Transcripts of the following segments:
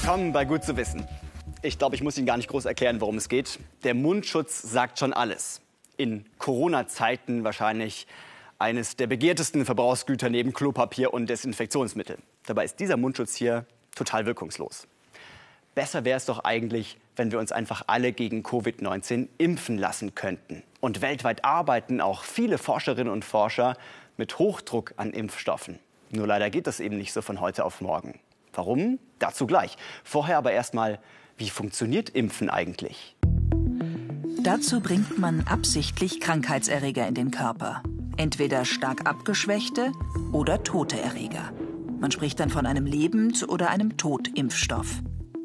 Willkommen bei Gut zu wissen. Ich glaube, ich muss Ihnen gar nicht groß erklären, worum es geht. Der Mundschutz sagt schon alles. In Corona-Zeiten wahrscheinlich eines der begehrtesten Verbrauchsgüter neben Klopapier und Desinfektionsmittel. Dabei ist dieser Mundschutz hier total wirkungslos. Besser wäre es doch eigentlich, wenn wir uns einfach alle gegen Covid-19 impfen lassen könnten. Und weltweit arbeiten auch viele Forscherinnen und Forscher mit Hochdruck an Impfstoffen. Nur leider geht das eben nicht so von heute auf morgen. Warum? Dazu gleich. Vorher aber erstmal, wie funktioniert Impfen eigentlich? Dazu bringt man absichtlich Krankheitserreger in den Körper. Entweder stark abgeschwächte oder tote Erreger. Man spricht dann von einem Lebend- oder einem Totimpfstoff.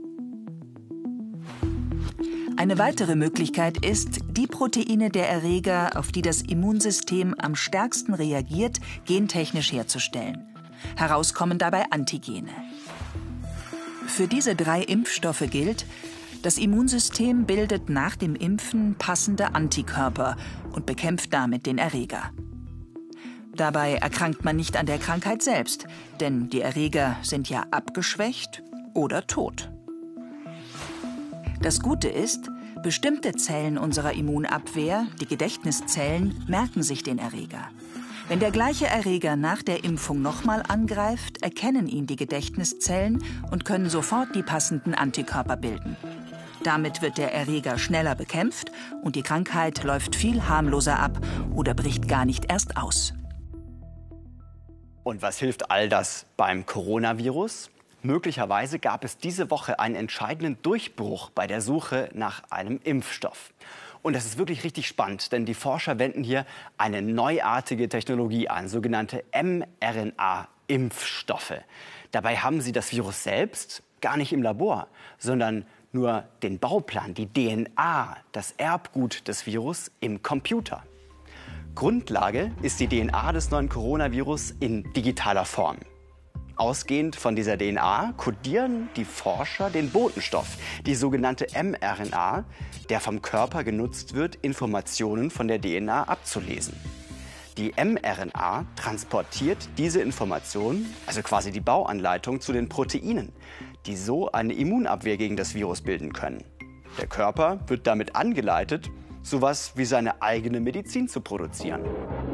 Eine weitere Möglichkeit ist, die Proteine der Erreger, auf die das Immunsystem am stärksten reagiert, gentechnisch herzustellen. Heraus kommen dabei Antigene. Für diese 3 Impfstoffe gilt, das Immunsystem bildet nach dem Impfen passende Antikörper und bekämpft damit den Erreger. Dabei erkrankt man nicht an der Krankheit selbst, denn die Erreger sind ja abgeschwächt oder tot. Das Gute ist, bestimmte Zellen unserer Immunabwehr, die Gedächtniszellen, merken sich den Erreger. Wenn der gleiche Erreger nach der Impfung nochmal angreift, erkennen ihn die Gedächtniszellen und können sofort die passenden Antikörper bilden. Damit wird der Erreger schneller bekämpft und die Krankheit läuft viel harmloser ab oder bricht gar nicht erst aus. Und was hilft all das beim Coronavirus? Möglicherweise gab es diese Woche einen entscheidenden Durchbruch bei der Suche nach einem Impfstoff. Und das ist wirklich richtig spannend, denn die Forscher wenden hier eine neuartige Technologie an, sogenannte mRNA-Impfstoffe. Dabei haben sie das Virus selbst gar nicht im Labor, sondern nur den Bauplan, die DNA, das Erbgut des Virus im Computer. Grundlage ist die DNA des neuen Coronavirus in digitaler Form. Ausgehend von dieser DNA kodieren die Forscher den Botenstoff, die sogenannte mRNA, der vom Körper genutzt wird, Informationen von der DNA abzulesen. Die mRNA transportiert diese Informationen, also quasi die Bauanleitung, zu den Proteinen, die so eine Immunabwehr gegen das Virus bilden können. Der Körper wird damit angeleitet, sowas wie seine eigene Medizin zu produzieren.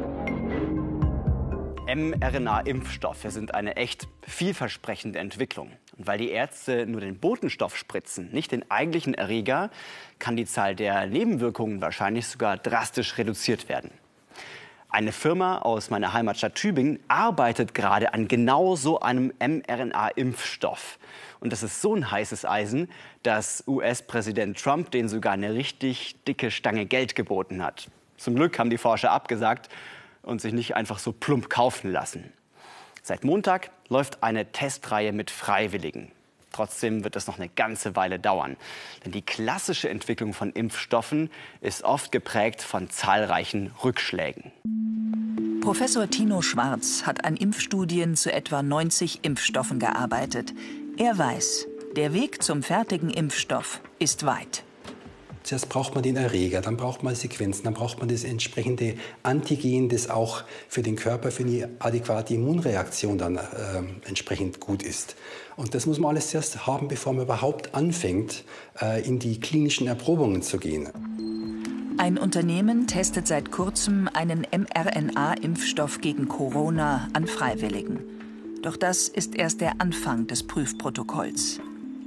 mRNA-Impfstoffe sind eine echt vielversprechende Entwicklung. Und weil die Ärzte nur den Botenstoff spritzen, nicht den eigentlichen Erreger, kann die Zahl der Nebenwirkungen wahrscheinlich sogar drastisch reduziert werden. Eine Firma aus meiner Heimatstadt Tübingen arbeitet gerade an genau so einem mRNA-Impfstoff. Und das ist so ein heißes Eisen, dass US-Präsident Trump denen sogar eine richtig dicke Stange Geld geboten hat. Zum Glück haben die Forscher abgesagt und sich nicht einfach so plump kaufen lassen. Seit Montag läuft eine Testreihe mit Freiwilligen. Trotzdem wird es noch eine ganze Weile dauern. Denn die klassische Entwicklung von Impfstoffen ist oft geprägt von zahlreichen Rückschlägen. Professor Tino Schwarz hat an Impfstudien zu etwa 90 Impfstoffen gearbeitet. Er weiß, der Weg zum fertigen Impfstoff ist weit. Zuerst braucht man den Erreger, dann braucht man Sequenzen, dann braucht man das entsprechende Antigen, das auch für den Körper für eine adäquate Immunreaktion dann entsprechend gut ist. Und das muss man alles zuerst haben, bevor man überhaupt anfängt, in die klinischen Erprobungen zu gehen. Ein Unternehmen testet seit kurzem einen mRNA-Impfstoff gegen Corona an Freiwilligen. Doch das ist erst der Anfang des Prüfprotokolls.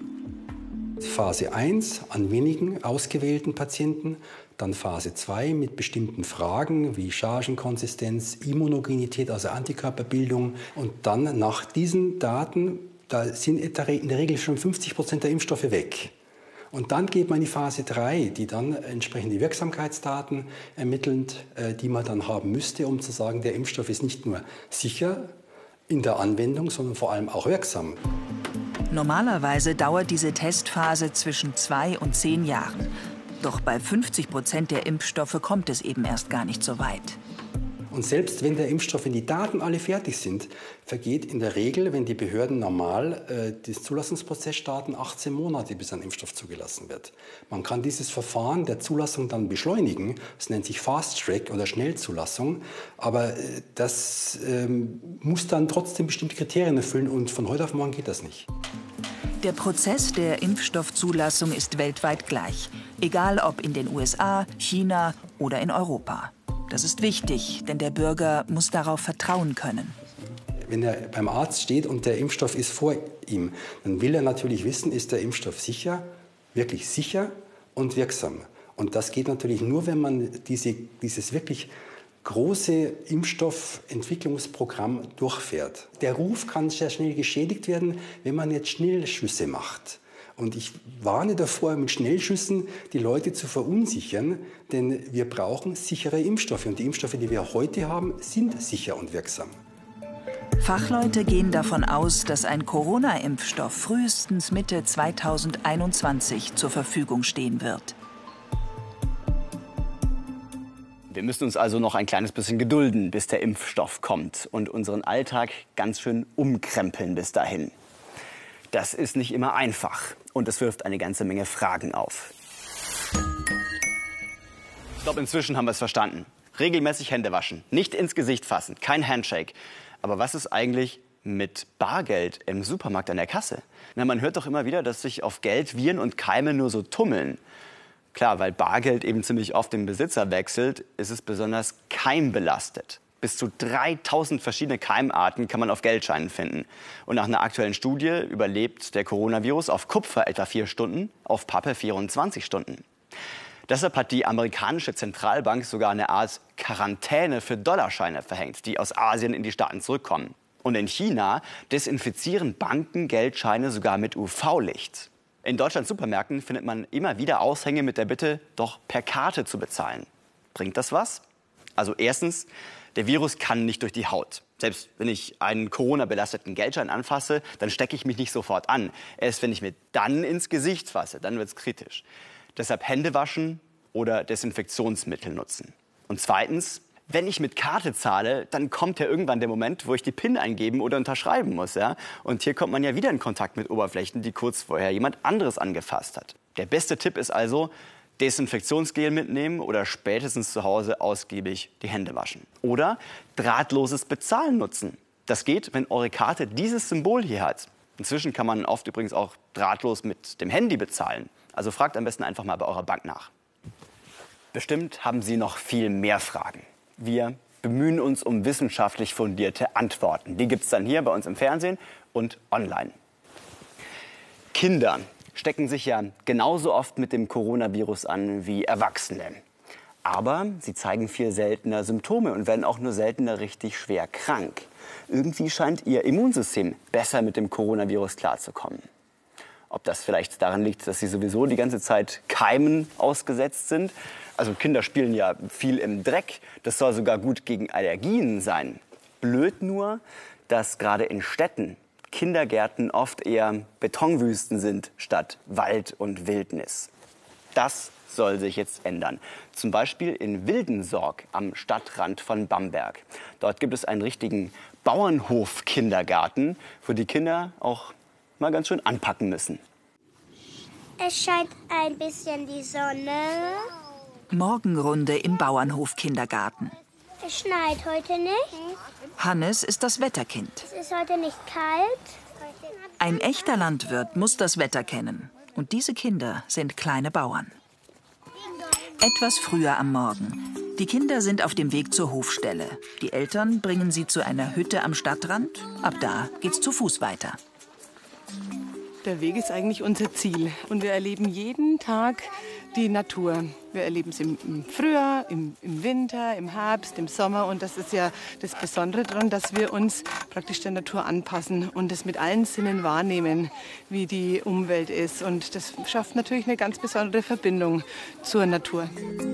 Phase 1 an wenigen ausgewählten Patienten, dann Phase 2 mit bestimmten Fragen wie Chargenkonsistenz, Immunogenität, also Antikörperbildung. Und dann nach diesen Daten, da sind in der Regel schon 50% der Impfstoffe weg. Und dann geht man in die Phase 3, die dann entsprechende Wirksamkeitsdaten ermittelt, die man dann haben müsste, um zu sagen, der Impfstoff ist nicht nur sicher in der Anwendung, sondern vor allem auch wirksam. Normalerweise dauert diese Testphase zwischen 2 und 10 Jahren. Doch bei 50% der Impfstoffe kommt es eben erst gar nicht so weit. Und selbst wenn der Impfstoff, wenn die Daten alle fertig sind, vergeht in der Regel, wenn die Behörden normal das Zulassungsprozess starten, 18 Monate, bis ein Impfstoff zugelassen wird. Man kann dieses Verfahren der Zulassung dann beschleunigen. Das nennt sich Fast Track oder Schnellzulassung. Aber das muss dann trotzdem bestimmte Kriterien erfüllen und von heute auf morgen geht das nicht. Der Prozess der Impfstoffzulassung ist weltweit gleich, egal ob in den USA, China oder in Europa. Das ist wichtig, denn der Bürger muss darauf vertrauen können. Wenn er beim Arzt steht und der Impfstoff ist vor ihm, dann will er natürlich wissen, ist der Impfstoff sicher, wirklich sicher und wirksam. Und das geht natürlich nur, wenn man dieses wirklich große Impfstoffentwicklungsprogramm durchfährt. Der Ruf kann sehr schnell geschädigt werden, wenn man jetzt Schnellschüsse macht. Und ich warne davor, mit Schnellschüssen die Leute zu verunsichern, denn wir brauchen sichere Impfstoffe. Und die Impfstoffe, die wir heute haben, sind sicher und wirksam. Fachleute gehen davon aus, dass ein Corona-Impfstoff frühestens Mitte 2021 zur Verfügung stehen wird. Wir müssen uns also noch ein kleines bisschen gedulden, bis der Impfstoff kommt und unseren Alltag ganz schön umkrempeln bis dahin. Das ist nicht immer einfach und es wirft eine ganze Menge Fragen auf. Ich glaube, inzwischen haben wir es verstanden. Regelmäßig Hände waschen, nicht ins Gesicht fassen, kein Handshake. Aber was ist eigentlich mit Bargeld im Supermarkt an der Kasse? Na, man hört doch immer wieder, dass sich auf Geld Viren und Keime nur so tummeln. Klar, weil Bargeld eben ziemlich oft den Besitzer wechselt, ist es besonders keimbelastet. Bis zu 3000 verschiedene Keimarten kann man auf Geldscheinen finden. Und nach einer aktuellen Studie überlebt der Coronavirus auf Kupfer etwa 4 Stunden, auf Pappe 24 Stunden. Deshalb hat die amerikanische Zentralbank sogar eine Art Quarantäne für Dollarscheine verhängt, die aus Asien in die Staaten zurückkommen. Und in China desinfizieren Banken Geldscheine sogar mit UV-Licht. In Deutschlands Supermärkten findet man immer wieder Aushänge mit der Bitte, doch per Karte zu bezahlen. Bringt das was? Also erstens, der Virus kann nicht durch die Haut. Selbst wenn ich einen Corona-belasteten Geldschein anfasse, dann stecke ich mich nicht sofort an. Erst wenn ich mir dann ins Gesicht fasse, dann wird es kritisch. Deshalb Hände waschen oder Desinfektionsmittel nutzen. Und zweitens, wenn ich mit Karte zahle, dann kommt ja irgendwann der Moment, wo ich die PIN eingeben oder unterschreiben muss. Ja? Und hier kommt man ja wieder in Kontakt mit Oberflächen, die kurz vorher jemand anderes angefasst hat. Der beste Tipp ist also, Desinfektionsgel mitnehmen oder spätestens zu Hause ausgiebig die Hände waschen. Oder drahtloses Bezahlen nutzen. Das geht, wenn eure Karte dieses Symbol hier hat. Inzwischen kann man oft übrigens auch drahtlos mit dem Handy bezahlen. Also fragt am besten einfach mal bei eurer Bank nach. Bestimmt haben Sie noch viel mehr Fragen. Wir bemühen uns um wissenschaftlich fundierte Antworten. Die gibt es dann hier bei uns im Fernsehen und online. Kinder stecken sich ja genauso oft mit dem Coronavirus an wie Erwachsene. Aber sie zeigen viel seltener Symptome und werden auch nur seltener richtig schwer krank. Irgendwie scheint ihr Immunsystem besser mit dem Coronavirus klarzukommen. Ob das vielleicht daran liegt, dass sie sowieso die ganze Zeit Keimen ausgesetzt sind. Also Kinder spielen ja viel im Dreck. Das soll sogar gut gegen Allergien sein. Blöd nur, dass gerade in Städten Kindergärten oft eher Betonwüsten sind statt Wald und Wildnis. Das soll sich jetzt ändern. Zum Beispiel in Wildensorg am Stadtrand von Bamberg. Dort gibt es einen richtigen Bauernhof-Kindergarten, wo die Kinder auch mal ganz schön anpacken müssen. Es scheint ein bisschen die Sonne. Morgenrunde im Bauernhof-Kindergarten. Es schneit heute nicht. Hannes ist das Wetterkind. Es ist heute nicht kalt. Ein echter Landwirt muss das Wetter kennen. Und diese Kinder sind kleine Bauern. Etwas früher am Morgen. Die Kinder sind auf dem Weg zur Hofstelle. Die Eltern bringen sie zu einer Hütte am Stadtrand. Ab da geht's zu Fuß weiter. Der Weg ist eigentlich unser Ziel. Und wir erleben jeden Tag die Natur. Wir erleben es im Frühjahr, im Winter, im Herbst, im Sommer. Und das ist ja das Besondere daran, dass wir uns praktisch der Natur anpassen und es mit allen Sinnen wahrnehmen, wie die Umwelt ist. Und das schafft natürlich eine ganz besondere Verbindung zur Natur.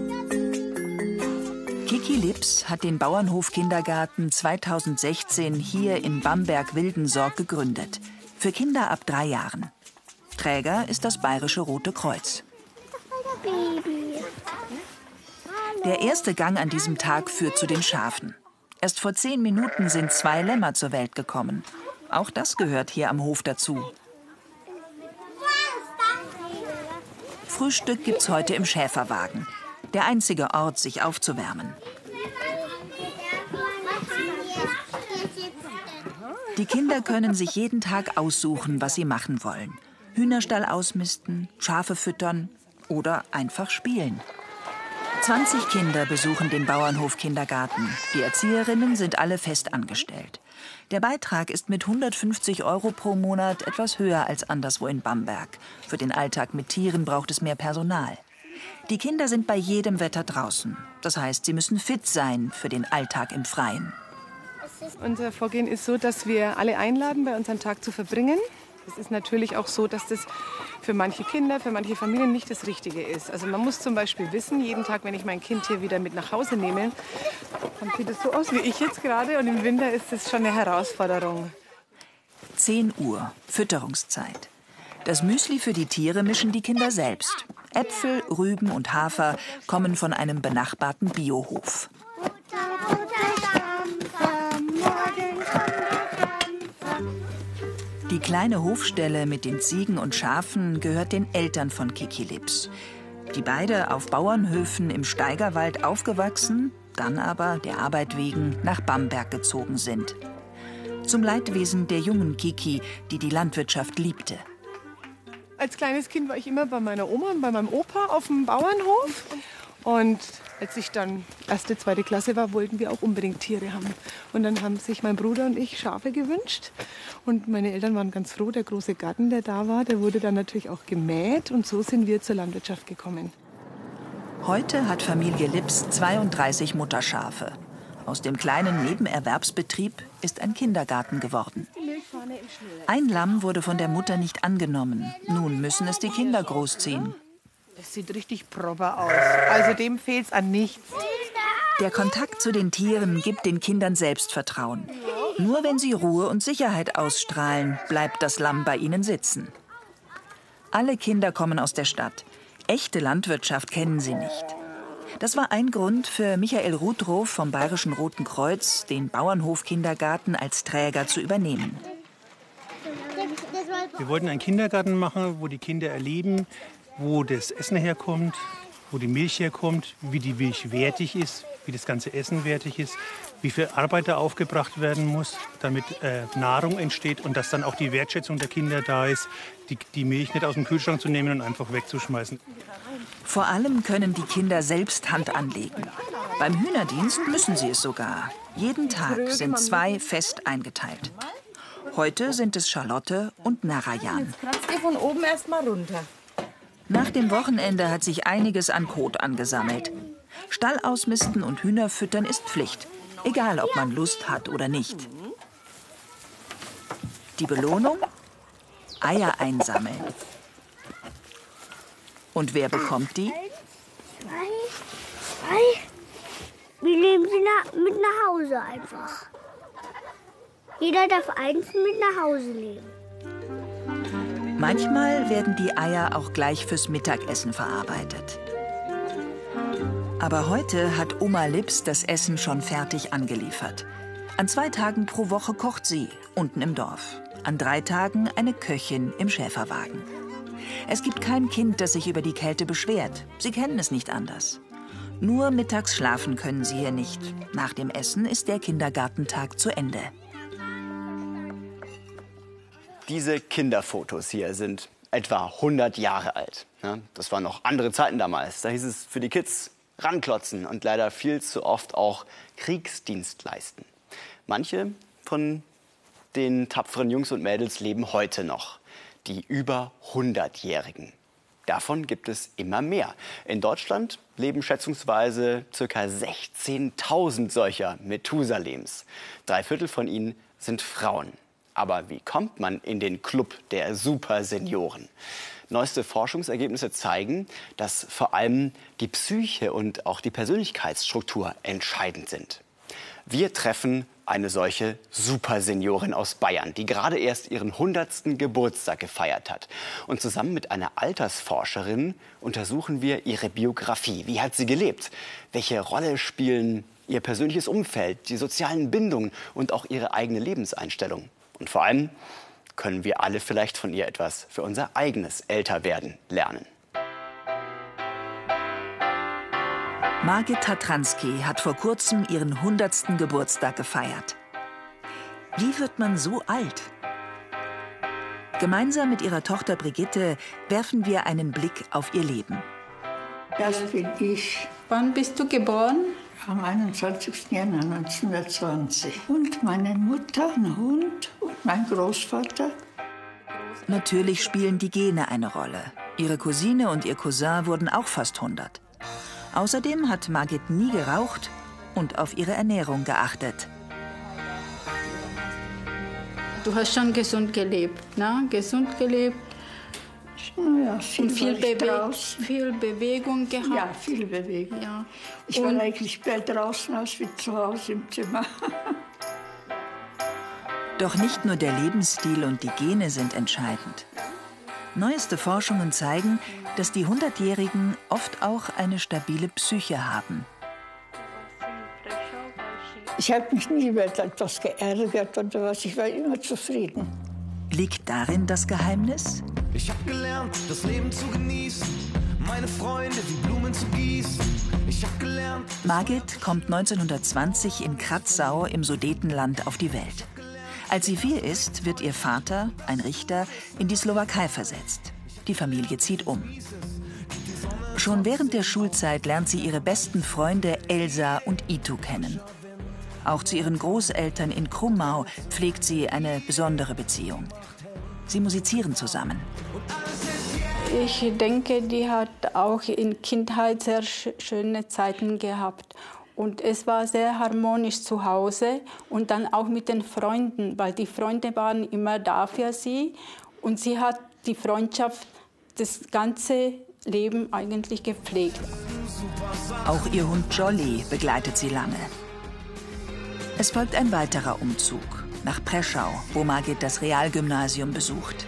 Kiki Lips hat den Bauernhof-Kindergarten 2016 hier in Bamberg-Wildensorg gegründet. Für Kinder ab 3 Jahren. Träger ist das Bayerische Rote Kreuz. Der erste Gang an diesem Tag führt zu den Schafen. Erst vor 10 Minuten sind 2 Lämmer zur Welt gekommen. Auch das gehört hier am Hof dazu. Frühstück gibt's heute im Schäferwagen. Der einzige Ort, sich aufzuwärmen. Die Kinder können sich jeden Tag aussuchen, was sie machen wollen. Hühnerstall ausmisten, Schafe füttern oder einfach spielen. 20 Kinder besuchen den Bauernhof-Kindergarten. Die Erzieherinnen sind alle fest angestellt. Der Beitrag ist mit 150 € pro Monat etwas höher als anderswo in Bamberg. Für den Alltag mit Tieren braucht es mehr Personal. Die Kinder sind bei jedem Wetter draußen. Das heißt, sie müssen fit sein für den Alltag im Freien. Unser Vorgehen ist so, dass wir alle einladen, bei uns einen Tag zu verbringen. Es ist natürlich auch so, dass das für manche Kinder, für manche Familien nicht das Richtige ist. Also man muss zum Beispiel wissen, jeden Tag, wenn ich mein Kind hier wieder mit nach Hause nehme, dann sieht es so aus wie ich jetzt gerade. Und im Winter ist das schon eine Herausforderung. 10 Uhr, Fütterungszeit. Das Müsli für die Tiere mischen die Kinder selbst. Äpfel, Rüben und Hafer kommen von einem benachbarten Biohof. Die kleine Hofstelle mit den Ziegen und Schafen gehört den Eltern von Kiki Lips. Die beide auf Bauernhöfen im Steigerwald aufgewachsen, dann aber der Arbeit wegen nach Bamberg gezogen sind. Zum Leidwesen der jungen Kiki, die die Landwirtschaft liebte. Als kleines Kind war ich immer bei meiner Oma und bei meinem Opa auf dem Bauernhof. Und als ich dann 1., 2. Klasse war, wollten wir auch unbedingt Tiere haben. Und dann haben sich mein Bruder und ich Schafe gewünscht. Und meine Eltern waren ganz froh, der große Garten, der da war, der wurde dann natürlich auch gemäht. Und so sind wir zur Landwirtschaft gekommen. Heute hat Familie Lips 32 Mutterschafe. Aus dem kleinen Nebenerwerbsbetrieb ist ein Kindergarten geworden. Ein Lamm wurde von der Mutter nicht angenommen. Nun müssen es die Kinder großziehen. Das sieht richtig proper aus. Also dem fehlt's an nichts. Der Kontakt zu den Tieren gibt den Kindern Selbstvertrauen. Nur wenn sie Ruhe und Sicherheit ausstrahlen, bleibt das Lamm bei ihnen sitzen. Alle Kinder kommen aus der Stadt. Echte Landwirtschaft kennen sie nicht. Das war ein Grund für Michael Rutrow vom Bayerischen Roten Kreuz, den Bauernhof-Kindergarten als Träger zu übernehmen. Wir wollten einen Kindergarten machen, wo die Kinder erleben, wo das Essen herkommt, wo die Milch herkommt, wie die Milch wertig ist, wie das ganze Essen wertig ist, wie viel Arbeit da aufgebracht werden muss, damit Nahrung entsteht und dass dann auch die Wertschätzung der Kinder da ist, die Milch nicht aus dem Kühlschrank zu nehmen und einfach wegzuschmeißen. Vor allem können die Kinder selbst Hand anlegen. Beim Hühnerdienst müssen sie es sogar. Jeden Tag sind 2 fest eingeteilt. Heute sind es Charlotte und Narayan. Jetzt kratzt ihr von oben erst mal runter. Nach dem Wochenende hat sich einiges an Kot angesammelt. Stall ausmisten und Hühner füttern ist Pflicht, egal ob man Lust hat oder nicht. Die Belohnung? Eier einsammeln. Und wer bekommt die? 2. Wir nehmen sie mit nach Hause einfach. Jeder darf eins mit nach Hause nehmen. Manchmal werden die Eier auch gleich fürs Mittagessen verarbeitet. Aber heute hat Oma Lips das Essen schon fertig angeliefert. An 2 Tagen pro Woche kocht sie, unten im Dorf. An 3 Tagen eine Köchin im Schäferwagen. Es gibt kein Kind, das sich über die Kälte beschwert. Sie kennen es nicht anders. Nur mittags schlafen können sie hier nicht. Nach dem Essen ist der Kindergartentag zu Ende. Diese Kinderfotos hier sind etwa 100 Jahre alt. Ja, das waren noch andere Zeiten damals. Da hieß es für die Kids ranklotzen und leider viel zu oft auch Kriegsdienst leisten. Manche von den tapferen Jungs und Mädels leben heute noch. Die über 100-Jährigen. Davon gibt es immer mehr. In Deutschland leben schätzungsweise ca. 16.000 solcher Methusalems. 3/4 von ihnen sind Frauen. Aber wie kommt man in den Club der Supersenioren? Neueste Forschungsergebnisse zeigen, dass vor allem die Psyche und auch die Persönlichkeitsstruktur entscheidend sind. Wir treffen eine solche Superseniorin aus Bayern, die gerade erst ihren 100. Geburtstag gefeiert hat. Und zusammen mit einer Altersforscherin untersuchen wir ihre Biografie. Wie hat sie gelebt? Welche Rolle spielen ihr persönliches Umfeld, die sozialen Bindungen und auch ihre eigene Lebenseinstellung? Und vor allem können wir alle vielleicht von ihr etwas für unser eigenes Älterwerden lernen. Margit Tatranski hat vor kurzem ihren 100. Geburtstag gefeiert. Wie wird man so alt? Gemeinsam mit ihrer Tochter Brigitte werfen wir einen Blick auf ihr Leben. Das bin ich. Wann bist du geboren? Am 21. Januar 1920. Und meine Mutter, ein Hund und mein Großvater. Natürlich spielen die Gene eine Rolle. Ihre Cousine und ihr Cousin wurden auch fast 100. Außerdem hat Margit nie geraucht und auf ihre Ernährung geachtet. Du hast schon gesund gelebt, ne? Gesund gelebt. Ja, Und viel Bewegung gehabt. Ja, viel Bewegung. Ja. Ich war eigentlich mehr draußen als wie zu Hause im Zimmer. Doch nicht nur der Lebensstil und die Gene sind entscheidend. Neueste Forschungen zeigen, dass die 100-Jährigen oft auch eine stabile Psyche haben. Ich habe mich nie über etwas geärgert oder was. Ich war immer zufrieden. Liegt darin das Geheimnis? Ich hab gelernt, das Leben zu genießen, meine Freunde wie Blumen zu gießen. Ich hab gelernt. Margit kommt 1920 in Kratzau im Sudetenland auf die Welt. Als sie 4 ist, wird ihr Vater, ein Richter, in die Slowakei versetzt. Die Familie zieht um. Schon während der Schulzeit lernt sie ihre besten Freunde Elsa und Itu kennen. Auch zu ihren Großeltern in Krummau pflegt sie eine besondere Beziehung. Sie musizieren zusammen. Ich denke, die hat auch in Kindheit sehr schöne Zeiten gehabt. Und es war sehr harmonisch zu Hause und dann auch mit den Freunden, weil die Freunde waren immer da für sie. Und sie hat die Freundschaft das ganze Leben eigentlich gepflegt. Auch ihr Hund Jolly begleitet sie lange. Es folgt ein weiterer Umzug nach Preschau, wo Margit das Realgymnasium besucht.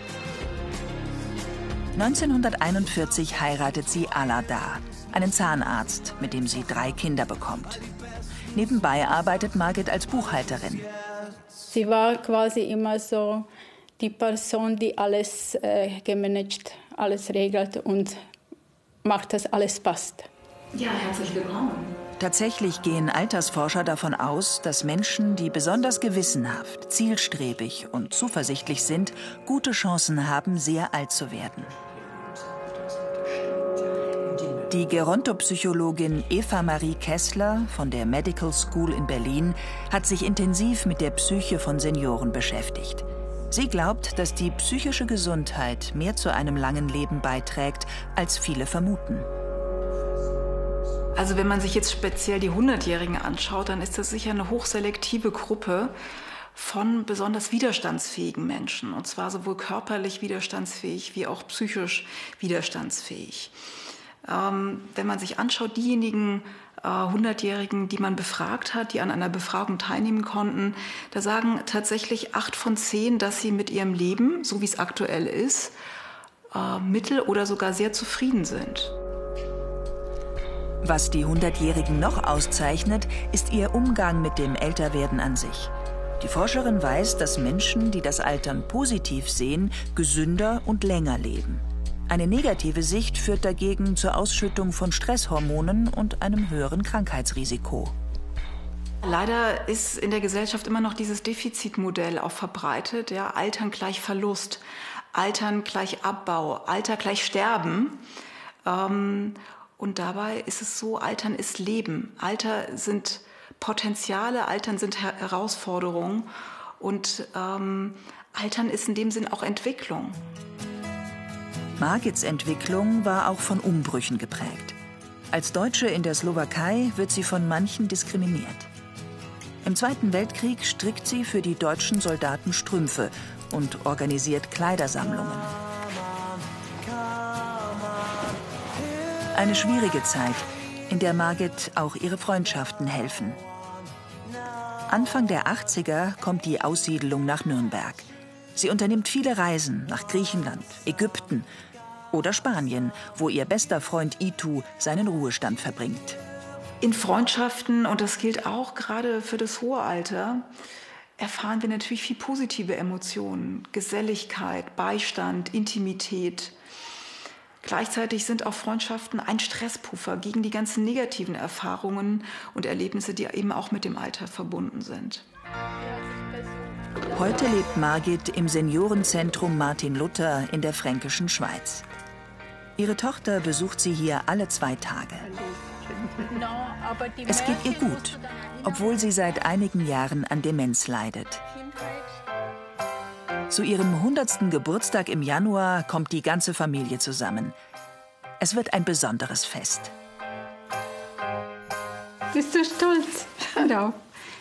1941 heiratet sie Alada, einen Zahnarzt, mit dem sie 3 Kinder bekommt. Nebenbei arbeitet Margit als Buchhalterin. Sie war quasi immer so die Person, die alles gemanagt, alles regelt und macht, dass alles passt. Ja, herzlich willkommen. Tatsächlich gehen Altersforscher davon aus, dass Menschen, die besonders gewissenhaft, zielstrebig und zuversichtlich sind, gute Chancen haben, sehr alt zu werden. Die Gerontopsychologin Eva Marie Kessler von der Medical School in Berlin hat sich intensiv mit der Psyche von Senioren beschäftigt. Sie glaubt, dass die psychische Gesundheit mehr zu einem langen Leben beiträgt, als viele vermuten. Also wenn man sich jetzt speziell die 100-Jährigen anschaut, dann ist das sicher eine hochselektive Gruppe von besonders widerstandsfähigen Menschen. Und zwar sowohl körperlich widerstandsfähig wie auch psychisch widerstandsfähig. Wenn man sich anschaut, diejenigen 100-Jährigen, die man befragt hat, die an einer Befragung teilnehmen konnten, da sagen tatsächlich 8 von 10, dass sie mit ihrem Leben, so wie es aktuell ist, mittel- oder sogar sehr zufrieden sind. Was die 100-Jährigen noch auszeichnet, ist ihr Umgang mit dem Älterwerden an sich. Die Forscherin weiß, dass Menschen, die das Altern positiv sehen, gesünder und länger leben. Eine negative Sicht führt dagegen zur Ausschüttung von Stresshormonen und einem höheren Krankheitsrisiko. Leider ist in der Gesellschaft immer noch dieses Defizitmodell auch verbreitet. Ja, Altern gleich Verlust, Altern gleich Abbau, Alter gleich Sterben. Und dabei ist es so, Altern ist Leben. Alter sind Potenziale, Altern sind Herausforderungen. Und Altern ist in dem Sinn auch Entwicklung. Margits Entwicklung war auch von Umbrüchen geprägt. Als Deutsche in der Slowakei wird sie von manchen diskriminiert. Im Zweiten Weltkrieg strickt sie für die deutschen Soldaten Strümpfe und organisiert Kleidersammlungen. Eine schwierige Zeit, in der Margit auch ihre Freundschaften helfen. Anfang der 80er kommt die Aussiedlung nach Nürnberg. Sie unternimmt viele Reisen nach Griechenland, Ägypten oder Spanien, wo ihr bester Freund Itu seinen Ruhestand verbringt. In Freundschaften, und das gilt auch gerade für das hohe Alter, erfahren wir natürlich viel positive Emotionen, Geselligkeit, Beistand, Intimität. Gleichzeitig sind auch Freundschaften ein Stresspuffer gegen die ganzen negativen Erfahrungen und Erlebnisse, die eben auch mit dem Alter verbunden sind. Heute lebt Margit im Seniorenzentrum Martin Luther in der fränkischen Schweiz. Ihre Tochter besucht sie hier alle 2 Tage. Es geht ihr gut, obwohl sie seit einigen Jahren an Demenz leidet. Zu ihrem 100. Geburtstag im Januar kommt die ganze Familie zusammen. Es wird ein besonderes Fest. Bist du stolz? Ja.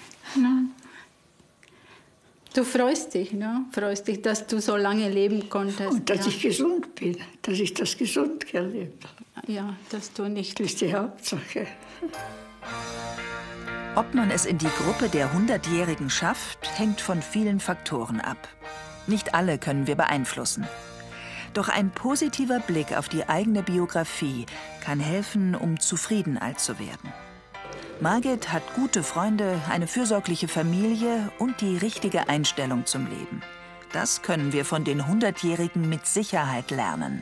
Du freust dich, ne? Freust dich, dass du so lange leben konntest. Und dass ich gesund bin, dass ich das gesund erlebt habe. Ja, dass du nicht... Das ist die Hauptsache. Ob man es in die Gruppe der 100-Jährigen schafft, hängt von vielen Faktoren ab. Nicht alle können wir beeinflussen. Doch ein positiver Blick auf die eigene Biografie kann helfen, um zufrieden alt zu werden. Margit hat gute Freunde, eine fürsorgliche Familie und die richtige Einstellung zum Leben. Das können wir von den 100-Jährigen mit Sicherheit lernen.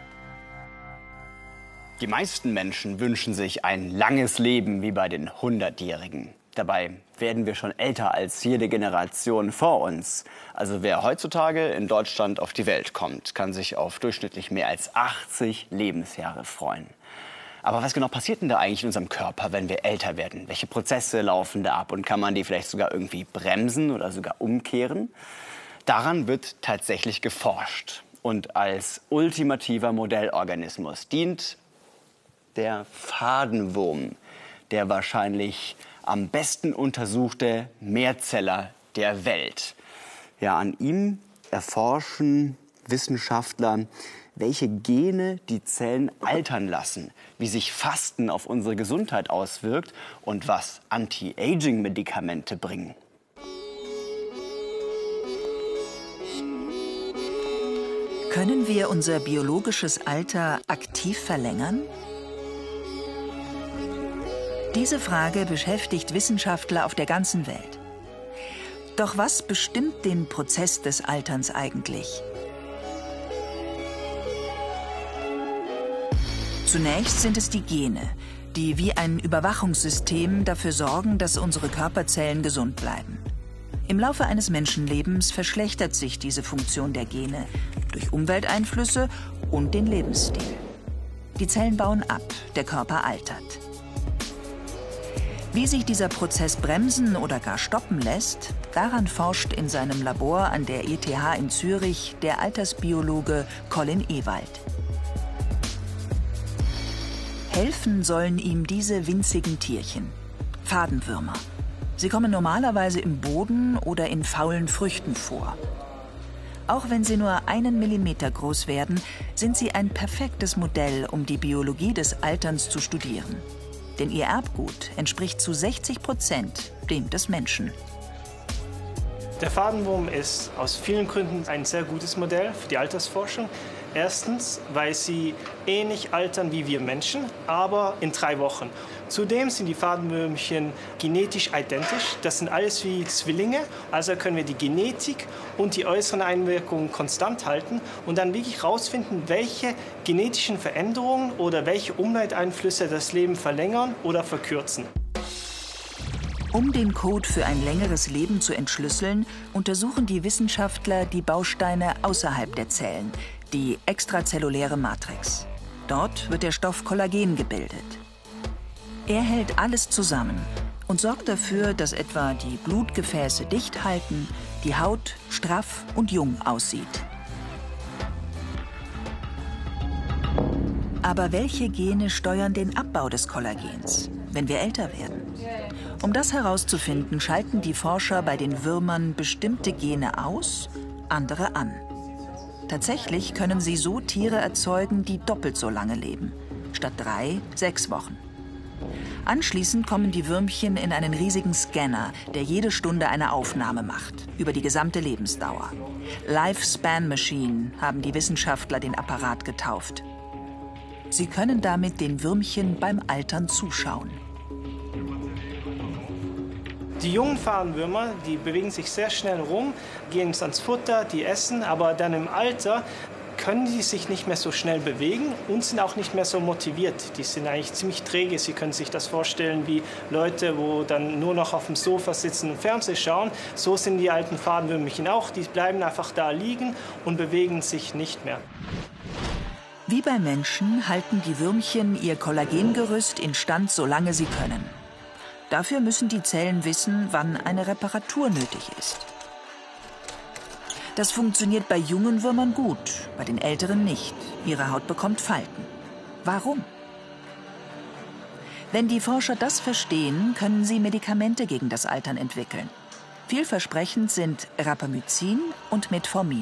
Die meisten Menschen wünschen sich ein langes Leben wie bei den 100-Jährigen. Dabei werden wir schon älter als jede Generation vor uns. Also wer heutzutage in Deutschland auf die Welt kommt, kann sich auf durchschnittlich mehr als 80 Lebensjahre freuen. Aber was genau passiert denn da eigentlich in unserem Körper, wenn wir älter werden? Welche Prozesse laufen da ab und kann man die vielleicht sogar irgendwie bremsen oder sogar umkehren? Daran wird tatsächlich geforscht. Und als ultimativer Modellorganismus dient der Fadenwurm, der wahrscheinlich am besten untersuchte Mehrzeller der Welt. Ja, an ihm erforschen Wissenschaftler, welche Gene die Zellen altern lassen, wie sich Fasten auf unsere Gesundheit auswirkt und was Anti-Aging-Medikamente bringen. Können wir unser biologisches Alter aktiv verlängern? Diese Frage beschäftigt Wissenschaftler auf der ganzen Welt. Doch was bestimmt den Prozess des Alterns eigentlich? Zunächst sind es die Gene, die wie ein Überwachungssystem dafür sorgen, dass unsere Körperzellen gesund bleiben. Im Laufe eines Menschenlebens verschlechtert sich diese Funktion der Gene durch Umwelteinflüsse und den Lebensstil. Die Zellen bauen ab, der Körper altert. Wie sich dieser Prozess bremsen oder gar stoppen lässt, daran forscht in seinem Labor an der ETH in Zürich der Altersbiologe Colin Ewald. Helfen sollen ihm diese winzigen Tierchen, Fadenwürmer. Sie kommen normalerweise im Boden oder in faulen Früchten vor. Auch wenn sie nur 1 Millimeter groß werden, sind sie ein perfektes Modell, um die Biologie des Alterns zu studieren. Denn ihr Erbgut entspricht zu 60% dem des Menschen. Der Fadenwurm ist aus vielen Gründen ein sehr gutes Modell für die Altersforschung. Erstens, weil sie ähnlich altern wie wir Menschen, aber in 3 Wochen. Zudem sind die Fadenwürmchen genetisch identisch. Das sind alles wie Zwillinge. Also können wir die Genetik und die äußeren Einwirkungen konstant halten und dann wirklich herausfinden, welche genetischen Veränderungen oder welche Umwelteinflüsse das Leben verlängern oder verkürzen. Um den Code für ein längeres Leben zu entschlüsseln, untersuchen die Wissenschaftler die Bausteine außerhalb der Zellen, die extrazelluläre Matrix. Dort wird der Stoff Kollagen gebildet. Er hält alles zusammen und sorgt dafür, dass etwa die Blutgefäße dicht halten, die Haut straff und jung aussieht. Aber welche Gene steuern den Abbau des Kollagens, wenn wir älter werden? Um das herauszufinden, schalten die Forscher bei den Würmern bestimmte Gene aus, andere an. Tatsächlich können sie so Tiere erzeugen, die doppelt so lange leben, statt 3, 6 Wochen. Anschließend kommen die Würmchen in einen riesigen Scanner, der jede Stunde eine Aufnahme macht, über die gesamte Lebensdauer. Lifespan Machine haben die Wissenschaftler den Apparat getauft. Sie können damit den Würmchen beim Altern zuschauen. Die jungen Fadenwürmer, die bewegen sich sehr schnell rum, gehen ans Futter, die essen, aber dann im Alter können die sich nicht mehr so schnell bewegen und sind auch nicht mehr so motiviert. Die sind eigentlich ziemlich träge. Sie können sich das vorstellen wie Leute, wo dann nur noch auf dem Sofa sitzen und Fernsehen schauen. So sind die alten Fadenwürmchen auch. Die bleiben einfach da liegen und bewegen sich nicht mehr. Wie bei Menschen halten die Würmchen ihr Kollagengerüst instand, solange sie können. Dafür müssen die Zellen wissen, wann eine Reparatur nötig ist. Das funktioniert bei jungen Würmern gut, bei den älteren nicht. Ihre Haut bekommt Falten. Warum? Wenn die Forscher das verstehen, können sie Medikamente gegen das Altern entwickeln. Vielversprechend sind Rapamycin und Metformin.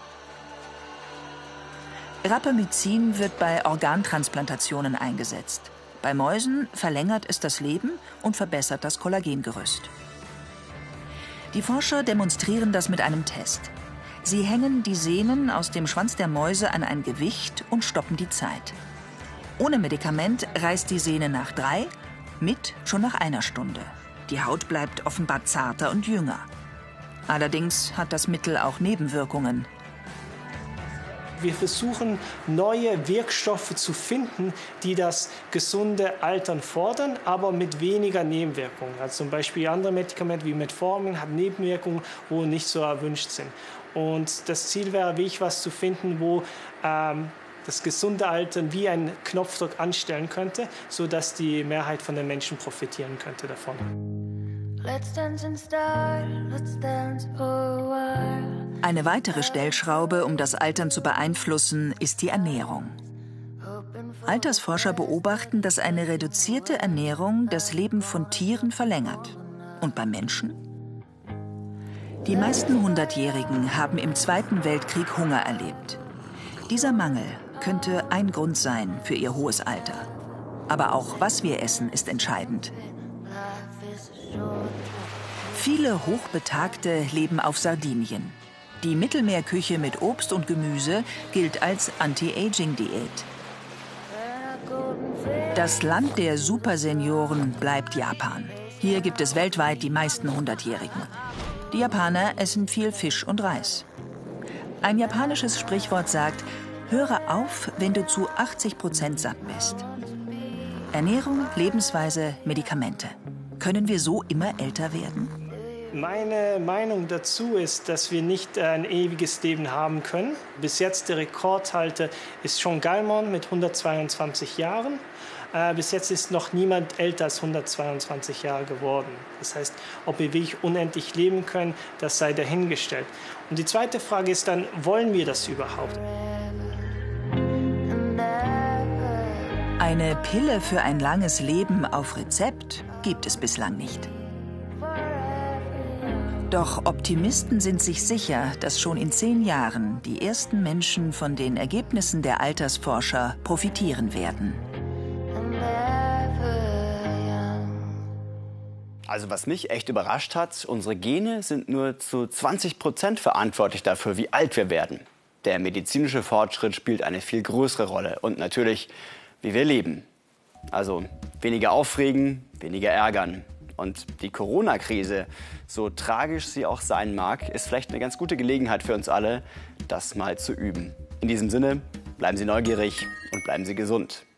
Rapamycin wird bei Organtransplantationen eingesetzt. Bei Mäusen verlängert es das Leben und verbessert das Kollagengerüst. Die Forscher demonstrieren das mit einem Test. Sie hängen die Sehnen aus dem Schwanz der Mäuse an ein Gewicht und stoppen die Zeit. Ohne Medikament reißt die Sehne nach 3, mit schon nach 1 Stunde. Die Haut bleibt offenbar zarter und jünger. Allerdings hat das Mittel auch Nebenwirkungen. Wir versuchen, neue Wirkstoffe zu finden, die das gesunde Altern fordern, aber mit weniger Nebenwirkungen. Also zum Beispiel andere Medikamente wie Metformin haben Nebenwirkungen, wo nicht so erwünscht sind. Und das Ziel wäre, wirklich was zu finden, wo das gesunde Altern wie ein Knopfdruck anstellen könnte, sodass die Mehrheit von den Menschen profitieren könnte davon. Eine weitere Stellschraube, um das Altern zu beeinflussen, ist die Ernährung. Altersforscher beobachten, dass eine reduzierte Ernährung das Leben von Tieren verlängert. Und bei Menschen? Die meisten 100-Jährigen haben im Zweiten Weltkrieg Hunger erlebt. Dieser Mangel könnte ein Grund sein für ihr hohes Alter. Aber auch was wir essen, ist entscheidend. Viele Hochbetagte leben auf Sardinien. Die Mittelmeerküche mit Obst und Gemüse gilt als Anti-Aging-Diät. Das Land der Supersenioren bleibt Japan. Hier gibt es weltweit die meisten 100-Jährigen. Die Japaner essen viel Fisch und Reis. Ein japanisches Sprichwort sagt: Höre auf, wenn du zu 80% satt bist. Ernährung, Lebensweise, Medikamente. Können wir so immer älter werden? Meine Meinung dazu ist, dass wir nicht ein ewiges Leben haben können. Bis jetzt der Rekordhalter ist Sean Gallman mit 122 Jahren. Bis jetzt ist noch niemand älter als 122 Jahre geworden. Das heißt, ob wir wirklich unendlich leben können, das sei dahingestellt. Und die zweite Frage ist dann, wollen wir das überhaupt? Eine Pille für ein langes Leben auf Rezept gibt es bislang nicht. Doch Optimisten sind sich sicher, dass schon in 10 Jahren die ersten Menschen von den Ergebnissen der Altersforscher profitieren werden. Also was mich echt überrascht hat, unsere Gene sind nur zu 20% verantwortlich dafür, wie alt wir werden. Der medizinische Fortschritt spielt eine viel größere Rolle und natürlich, wie wir leben. Also weniger aufregen, weniger ärgern. Und die Corona-Krise, so tragisch sie auch sein mag, ist vielleicht eine ganz gute Gelegenheit für uns alle, das mal zu üben. In diesem Sinne, bleiben Sie neugierig und bleiben Sie gesund.